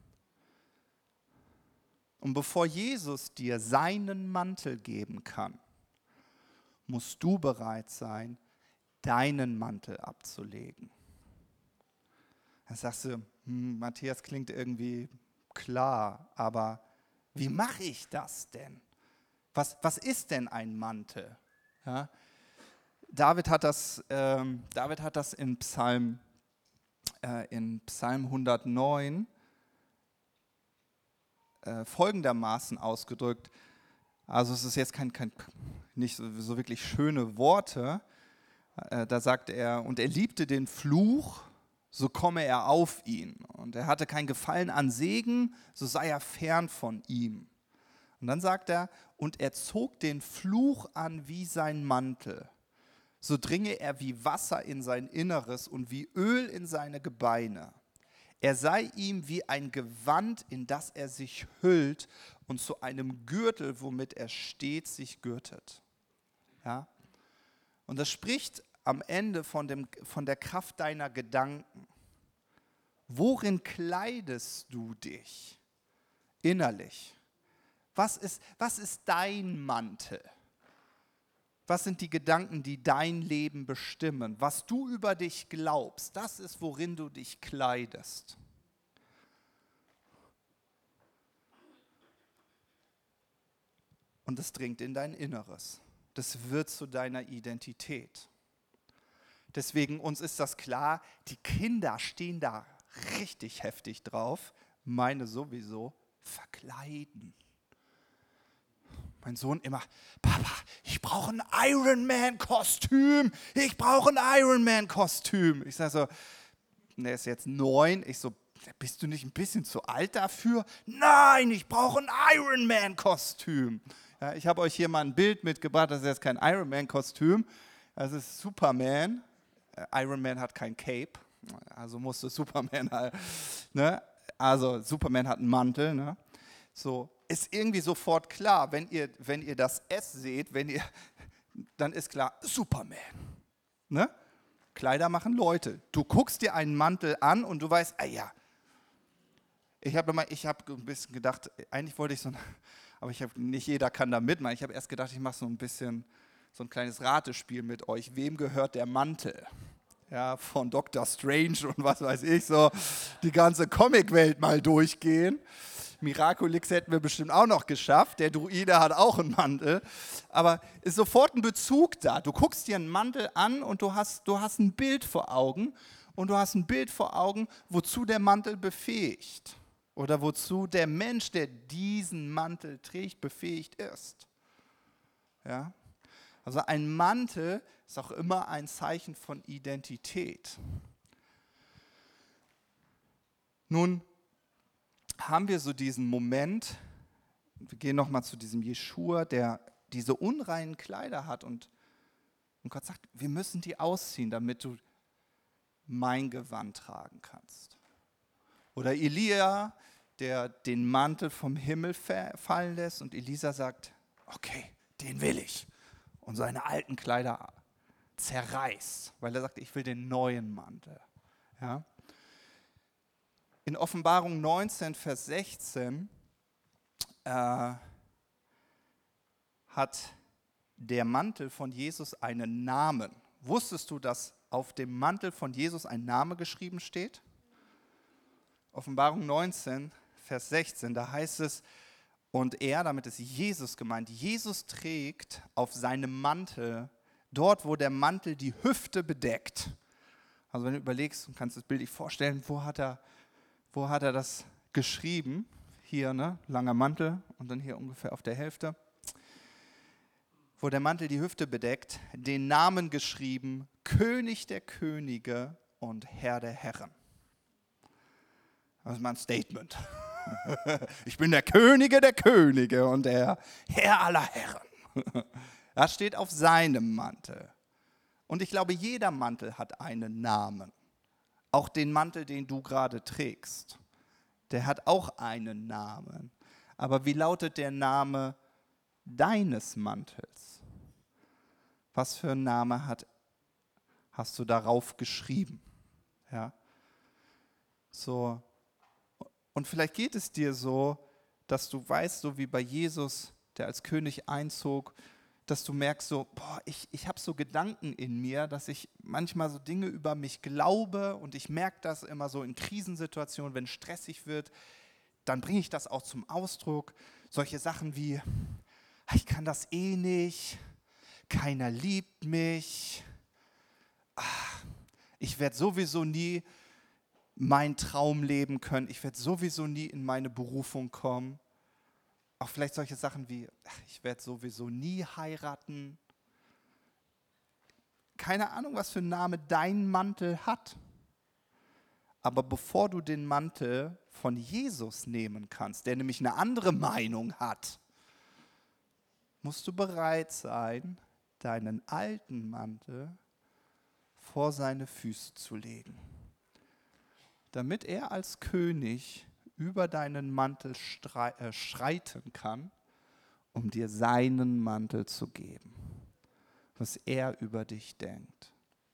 Und bevor Jesus dir seinen Mantel geben kann, musst du bereit sein, deinen Mantel abzulegen. Dann sagst du, hm, Matthias klingt irgendwie klar, aber wie mache ich das denn? Was, was ist denn ein Mantel? Ja, David hat das, ähm, David hat das in Psalm, äh, in Psalm hundertneun äh, folgendermaßen ausgedrückt. Also es ist jetzt kein, kein nicht so, so wirklich schöne Worte. Äh, da sagt er, und er liebte den Fluch, so komme er auf ihn. Und er hatte kein Gefallen an Segen, so sei er fern von ihm. Und dann sagt er, und er zog den Fluch an wie sein Mantel. So dringe er wie Wasser in sein Inneres und wie Öl in seine Gebeine. Er sei ihm wie ein Gewand, in das er sich hüllt und zu einem Gürtel, womit er stets sich gürtet. Ja? Und das spricht am Ende von, dem, von der Kraft deiner Gedanken. Worin kleidest du dich innerlich? Was ist, was ist dein Mantel? Was sind die Gedanken, die dein Leben bestimmen? Was du über dich glaubst, das ist, worin du dich kleidest. Und das dringt in dein Inneres. Das wird zu deiner Identität. Deswegen uns ist das klar, die Kinder stehen da richtig heftig drauf, meine sowieso, verkleiden. Mein Sohn immer, Papa, ich brauche ein Iron-Man-Kostüm. Ich brauche ein Iron-Man-Kostüm. Ich sage so, der ist jetzt neun. Ich so, bist du nicht ein bisschen zu alt dafür? Nein, ich brauche ein Iron-Man-Kostüm. Ja, ich habe euch hier mal ein Bild mitgebracht. Das ist jetzt kein Iron-Man-Kostüm. Das ist Superman. Iron Man hat kein Cape. Also musste Superman halt. Ne? Also Superman hat einen Mantel. Ne? So. Ist irgendwie sofort klar, wenn ihr, wenn ihr das S seht, wenn ihr, dann ist klar, Superman. Ne? Kleider machen Leute. Du guckst dir einen Mantel an und du weißt, ah ja. Ich habe hab ein bisschen gedacht, eigentlich wollte ich so, aber ich hab, nicht jeder kann da mitmachen. Ich habe erst gedacht, ich mache so ein bisschen, so ein kleines Ratespiel mit euch. Wem gehört der Mantel? Ja, von Doktor Strange und was weiß ich, so die ganze Comicwelt mal durchgehen. Miraculix hätten wir bestimmt auch noch geschafft. Der Druide hat auch einen Mantel. Aber ist sofort ein Bezug da. Du guckst dir einen Mantel an und du hast, du hast ein Bild vor Augen. und du hast ein Bild vor Augen, wozu der Mantel befähigt oder wozu der Mensch, der diesen Mantel trägt, befähigt ist. Ja? Also ein Mantel ist auch immer ein Zeichen von Identität. Nun haben wir so diesen Moment, wir gehen nochmal zu diesem Jeschua, der diese unreinen Kleider hat und, und Gott sagt, wir müssen die ausziehen, damit du mein Gewand tragen kannst. Oder Elia, der den Mantel vom Himmel fallen lässt und Elisa sagt, okay, den will ich. Und seine alten Kleider zerreißt, weil er sagt, ich will den neuen Mantel. Ja? In Offenbarung neunzehn, Vers sechzehn äh, hat der Mantel von Jesus einen Namen. Wusstest du, dass auf dem Mantel von Jesus ein Name geschrieben steht? Offenbarung neunzehn, Vers sechzehn, da heißt es, und er, damit ist Jesus gemeint, Jesus trägt auf seinem Mantel, dort wo der Mantel die Hüfte bedeckt. Also wenn du überlegst und kannst das Bild dich vorstellen, wo hat er, wo hat er das geschrieben? Hier, ne, langer Mantel und dann hier ungefähr auf der Hälfte. Wo der Mantel die Hüfte bedeckt, den Namen geschrieben, König der Könige und Herr der Herren. Das ist mal ein Statement. Ich bin der Könige der Könige und der Herr aller Herren. Das steht auf seinem Mantel. Und ich glaube, jeder Mantel hat einen Namen. Auch den Mantel, den du gerade trägst. Der hat auch einen Namen. Aber wie lautet der Name deines Mantels? Was für einen Namen hat, hast du darauf geschrieben? Ja. So. Und vielleicht geht es dir so, dass du weißt, so wie bei Jesus, der als König einzog, dass du merkst so, boah, ich, ich habe so Gedanken in mir, dass ich manchmal so Dinge über mich glaube und ich merke das immer so in Krisensituationen, wenn es stressig wird, dann bringe ich das auch zum Ausdruck. Solche Sachen wie, ich kann das eh nicht, keiner liebt mich, ach, ich werde sowieso nie meinen Traum leben können, ich werde sowieso nie in meine Berufung kommen. Auch vielleicht solche Sachen wie, ach, ich werde sowieso nie heiraten. Keine Ahnung, was für einen Namen dein Mantel hat. Aber bevor du den Mantel von Jesus nehmen kannst, der nämlich eine andere Meinung hat, musst du bereit sein, deinen alten Mantel vor seine Füße zu legen. Damit er als König über deinen Mantel schreiten kann, um dir seinen Mantel zu geben, was er über dich denkt.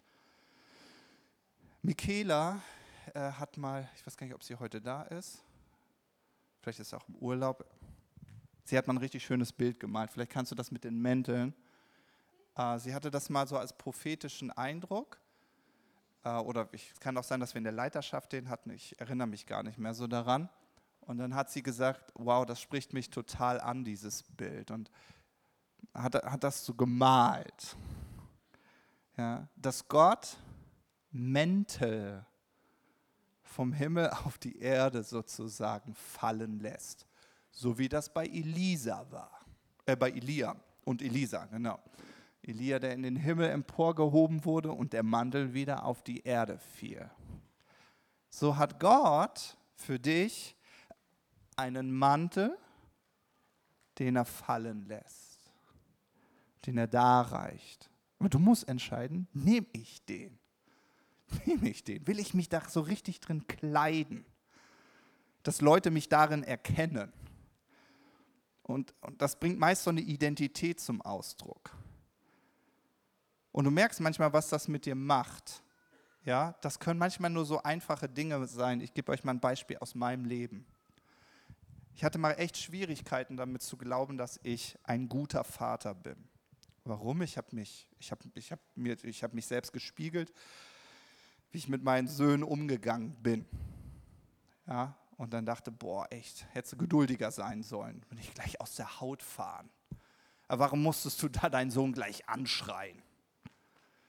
Michaela äh, hat mal, ich weiß gar nicht, ob sie heute da ist, vielleicht ist sie auch im Urlaub, sie hat mal ein richtig schönes Bild gemalt, vielleicht kannst du das mit den Mänteln. Äh, sie hatte das mal so als prophetischen Eindruck. Oder es kann auch sein, dass wir in der Leiterschaft den hatten, ich erinnere mich gar nicht mehr so daran. Und dann hat sie gesagt, wow, das spricht mich total an, dieses Bild. Und hat, hat das so gemalt. Ja, dass Gott Mäntel vom Himmel auf die Erde sozusagen fallen lässt. So wie das bei Elisa war. Äh, bei Elia und Elisa, genau. Elia, der in den Himmel emporgehoben wurde und der Mantel wieder auf die Erde fiel. So hat Gott für dich einen Mantel, den er fallen lässt, den er darreicht. Aber du musst entscheiden, nehme ich den? Nehme ich den? Will ich mich da so richtig drin kleiden, dass Leute mich darin erkennen? Und, und das bringt meist so eine Identität zum Ausdruck. Und du merkst manchmal, was das mit dir macht. Ja, das können manchmal nur so einfache Dinge sein. Ich gebe euch mal ein Beispiel aus meinem Leben. Ich hatte mal echt Schwierigkeiten damit zu glauben, dass ich ein guter Vater bin. Warum? Ich habe mich, ich habe, ich habe mir, ich habe mich selbst gespiegelt, wie ich mit meinen Söhnen umgegangen bin. Ja, und dann dachte, boah, echt, hättest du geduldiger sein sollen, und nicht gleich aus der Haut fahren. Aber warum musstest du da deinen Sohn gleich anschreien?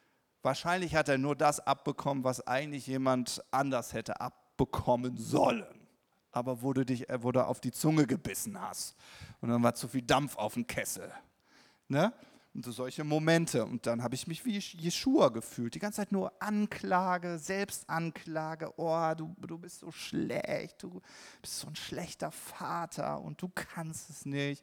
Wahrscheinlich hat er nur das abbekommen, was eigentlich jemand anders hätte abbekommen sollen. Aber wo du dich wo du auf die Zunge gebissen hast. Und dann war zu viel Dampf auf dem Kessel. Ne? Und so solche Momente. Und dann habe ich mich wie Jeschua gefühlt. Die ganze Zeit nur Anklage, Selbstanklage. Oh, du, du bist so schlecht. Du bist so ein schlechter Vater und du kannst es nicht.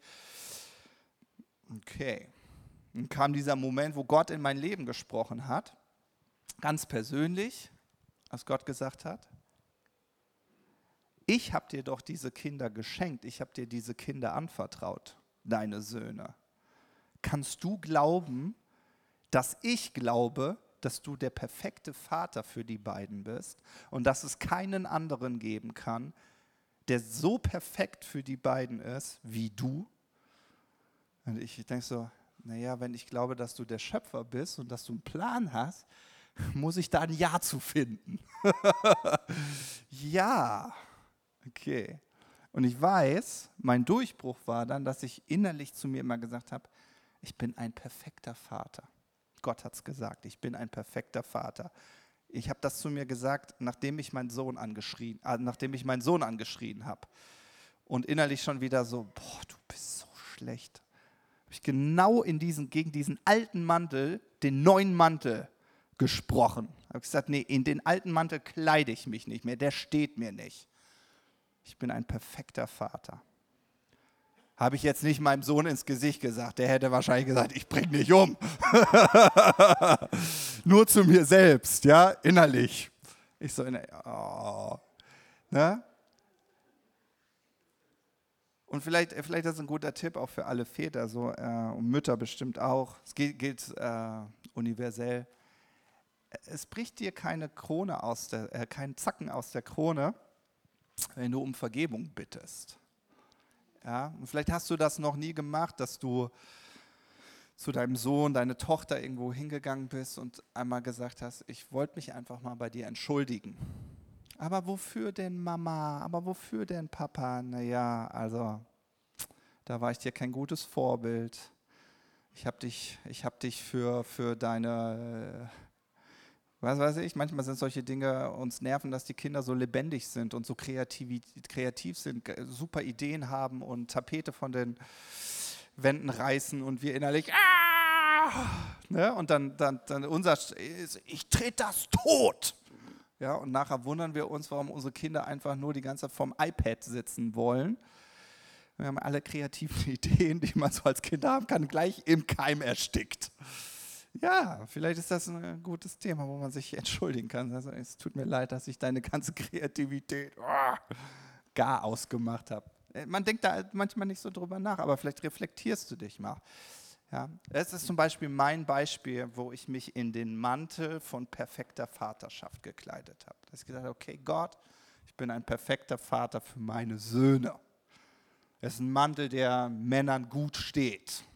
Okay. Dann kam dieser Moment, wo Gott in mein Leben gesprochen hat. Ganz persönlich, als Gott gesagt hat, ich habe dir doch diese Kinder geschenkt. Ich habe dir diese Kinder anvertraut, deine Söhne. Kannst du glauben, dass ich glaube, dass du der perfekte Vater für die beiden bist und dass es keinen anderen geben kann, der so perfekt für die beiden ist wie du? Und ich denke so, naja, wenn ich glaube, dass du der Schöpfer bist und dass du einen Plan hast, muss ich da ein Ja zu finden. Ja, okay. Und ich weiß, mein Durchbruch war dann, dass ich innerlich zu mir immer gesagt habe, ich bin ein perfekter Vater. Gott hat es gesagt, ich bin ein perfekter Vater. Ich habe das zu mir gesagt, nachdem ich meinen Sohn angeschrien, äh, nachdem ich meinen Sohn angeschrien habe. Und innerlich schon wieder so, boah, du bist so schlecht. Habe ich genau in diesen, gegen diesen alten Mantel, den neuen Mantel gesprochen. Habe gesagt, nee, in den alten Mantel kleide ich mich nicht mehr, der steht mir nicht. Ich bin ein perfekter Vater. Habe ich jetzt nicht meinem Sohn ins Gesicht gesagt. Der hätte wahrscheinlich gesagt, ich bringe dich um. Nur zu mir selbst, ja, innerlich. Ich so, oh. Ne? Und vielleicht, vielleicht ist das ein guter Tipp auch für alle Väter, so, äh, und Mütter bestimmt auch. Es gilt, gilt äh, universell. Es bricht dir keine Krone aus der, äh, kein Zacken aus der Krone, wenn du um Vergebung bittest. Ja, und vielleicht hast du das noch nie gemacht, dass du zu deinem Sohn, deine Tochter irgendwo hingegangen bist und einmal gesagt hast, ich wollte mich einfach mal bei dir entschuldigen. Aber wofür denn Mama? Aber wofür denn Papa? Naja, also da war ich dir kein gutes Vorbild. Ich habe dich, ich hab dich für, für deine... Was weiß ich, manchmal sind solche Dinge, uns nerven, dass die Kinder so lebendig sind und so kreativ, kreativ sind, super Ideen haben und Tapete von den Wänden reißen und wir innerlich, ah! Ne? Und dann, dann, dann unser, ist, ich trete das tot. Ja, und nachher wundern wir uns, warum unsere Kinder einfach nur die ganze Zeit vorm iPad sitzen wollen. Wir haben alle kreativen Ideen, die man so als Kind haben kann, gleich im Keim erstickt. Ja, vielleicht ist das ein gutes Thema, wo man sich entschuldigen kann. Also, es tut mir leid, dass ich deine ganze Kreativität oh, gar ausgemacht habe. Man denkt da manchmal nicht so drüber nach, aber vielleicht reflektierst du dich mal. Ja, es ist zum Beispiel mein Beispiel, wo ich mich in den Mantel von perfekter Vaterschaft gekleidet habe. Dass ich gesagt habe, okay, Gott, ich bin ein perfekter Vater für meine Söhne. Es ist ein Mantel, der Männern gut steht.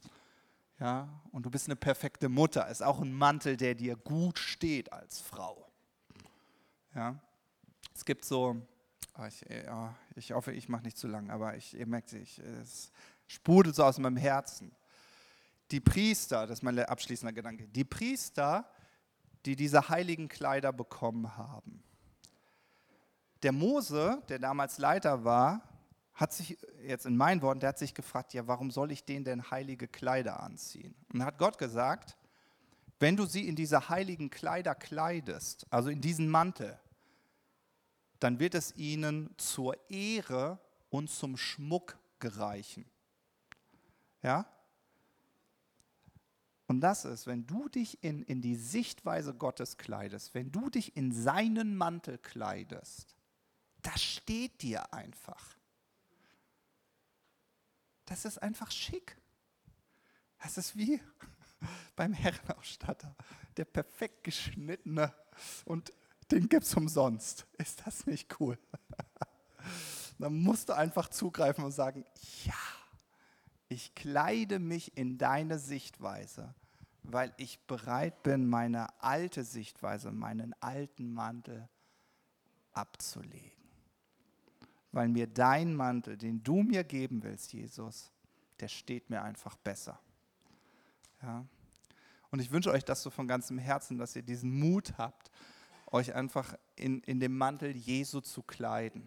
Ja, und du bist eine perfekte Mutter. Ist auch ein Mantel, der dir gut steht als Frau. Ja, es gibt so, oh ich, ja, ich hoffe, ich mache nicht zu lang, aber ich, ihr merkt, ich, es sprudelt so aus meinem Herzen. Die Priester, das ist mein abschließender Gedanke, die Priester, die diese heiligen Kleider bekommen haben. Der Mose, der damals Leiter war, hat sich, jetzt in meinen Worten, der hat sich gefragt, ja, warum soll ich denen denn heilige Kleider anziehen? Und hat Gott gesagt, wenn du sie in diese heiligen Kleider kleidest, also in diesen Mantel, dann wird es ihnen zur Ehre und zum Schmuck gereichen. Ja? Und das ist, wenn du dich in, in die Sichtweise Gottes kleidest, wenn du dich in seinen Mantel kleidest, das steht dir einfach. Das ist einfach schick. Das ist wie beim Herrenausstatter, der perfekt geschnittene und den gibt es umsonst. Ist das nicht cool? Dann musst du einfach zugreifen und sagen, ja, ich kleide mich in deine Sichtweise, weil ich bereit bin, meine alte Sichtweise, meinen alten Mantel abzulegen. Weil mir dein Mantel, den du mir geben willst, Jesus, der steht mir einfach besser. Ja? Und ich wünsche euch das so von ganzem Herzen, dass ihr diesen Mut habt, euch einfach in, in dem Mantel Jesu zu kleiden.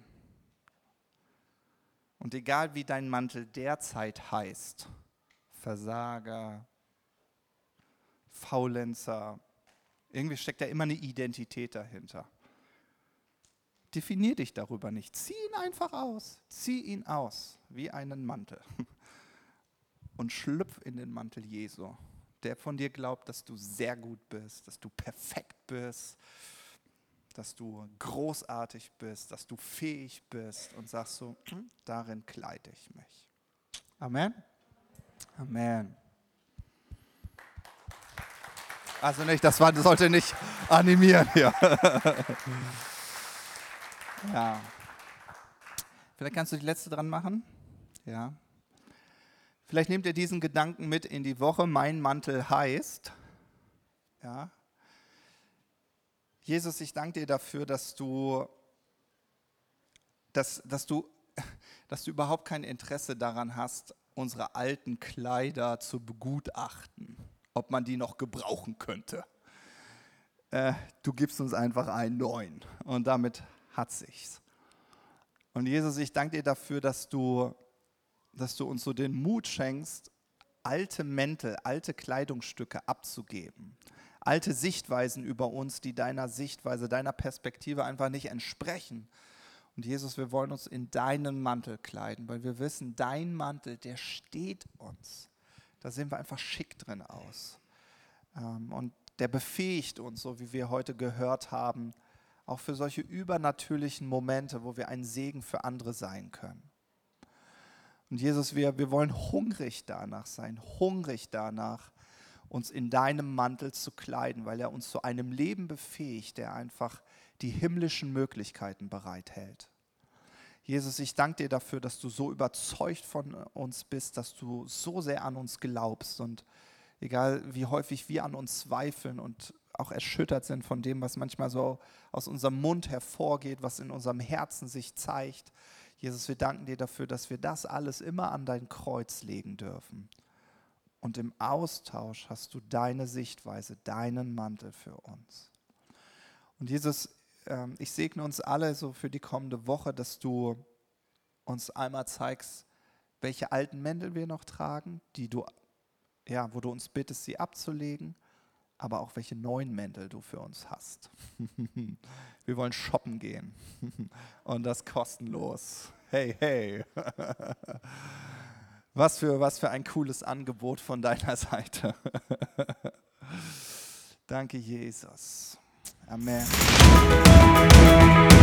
Und egal wie dein Mantel derzeit heißt, Versager, Faulenzer, irgendwie steckt da immer eine Identität dahinter. Definier dich darüber nicht. Zieh ihn einfach aus. Zieh ihn aus wie einen Mantel. Und schlüpf in den Mantel Jesu, der von dir glaubt, dass du sehr gut bist, dass du perfekt bist, dass du großartig bist, dass du fähig bist und sagst so, darin kleide ich mich. Amen. Amen. Also nicht, das war, das sollte nicht animieren hier. Ja. Vielleicht kannst du die letzte dran machen. Ja. Vielleicht nehmt ihr diesen Gedanken mit in die Woche. Mein Mantel heißt. Ja. Jesus, ich danke dir dafür, dass du, dass, dass du, dass du überhaupt kein Interesse daran hast, unsere alten Kleider zu begutachten, ob man die noch gebrauchen könnte. Äh, du gibst uns einfach einen neuen und damit hat sich's. Und Jesus, ich danke dir dafür, dass du, dass du uns so den Mut schenkst, alte Mäntel, alte Kleidungsstücke abzugeben. Alte Sichtweisen über uns, die deiner Sichtweise, deiner Perspektive einfach nicht entsprechen. Und Jesus, wir wollen uns in deinen Mantel kleiden, weil wir wissen, dein Mantel, der steht uns. Da sehen wir einfach schick drin aus. Und der befähigt uns, so wie wir heute gehört haben, auch für solche übernatürlichen Momente, wo wir ein Segen für andere sein können. Und Jesus, wir, wir wollen hungrig danach sein, hungrig danach, uns in deinem Mantel zu kleiden, weil er uns zu einem Leben befähigt, der einfach die himmlischen Möglichkeiten bereithält. Jesus, ich danke dir dafür, dass du so überzeugt von uns bist, dass du so sehr an uns glaubst und egal wie häufig wir an uns zweifeln und auch erschüttert sind von dem, was manchmal so aus unserem Mund hervorgeht, was in unserem Herzen sich zeigt. Jesus, wir danken dir dafür, dass wir das alles immer an dein Kreuz legen dürfen. Und im Austausch hast du deine Sichtweise, deinen Mantel für uns. Und Jesus, ähm, ich segne uns alle so für die kommende Woche, dass du uns einmal zeigst, welche alten Mäntel wir noch tragen, die du, ja, wo du uns bittest, sie abzulegen, aber auch welche neuen Mäntel du für uns hast. Wir wollen shoppen gehen und das kostenlos. Hey, hey. Was für, was für ein cooles Angebot von deiner Seite. Danke, Jesus. Amen.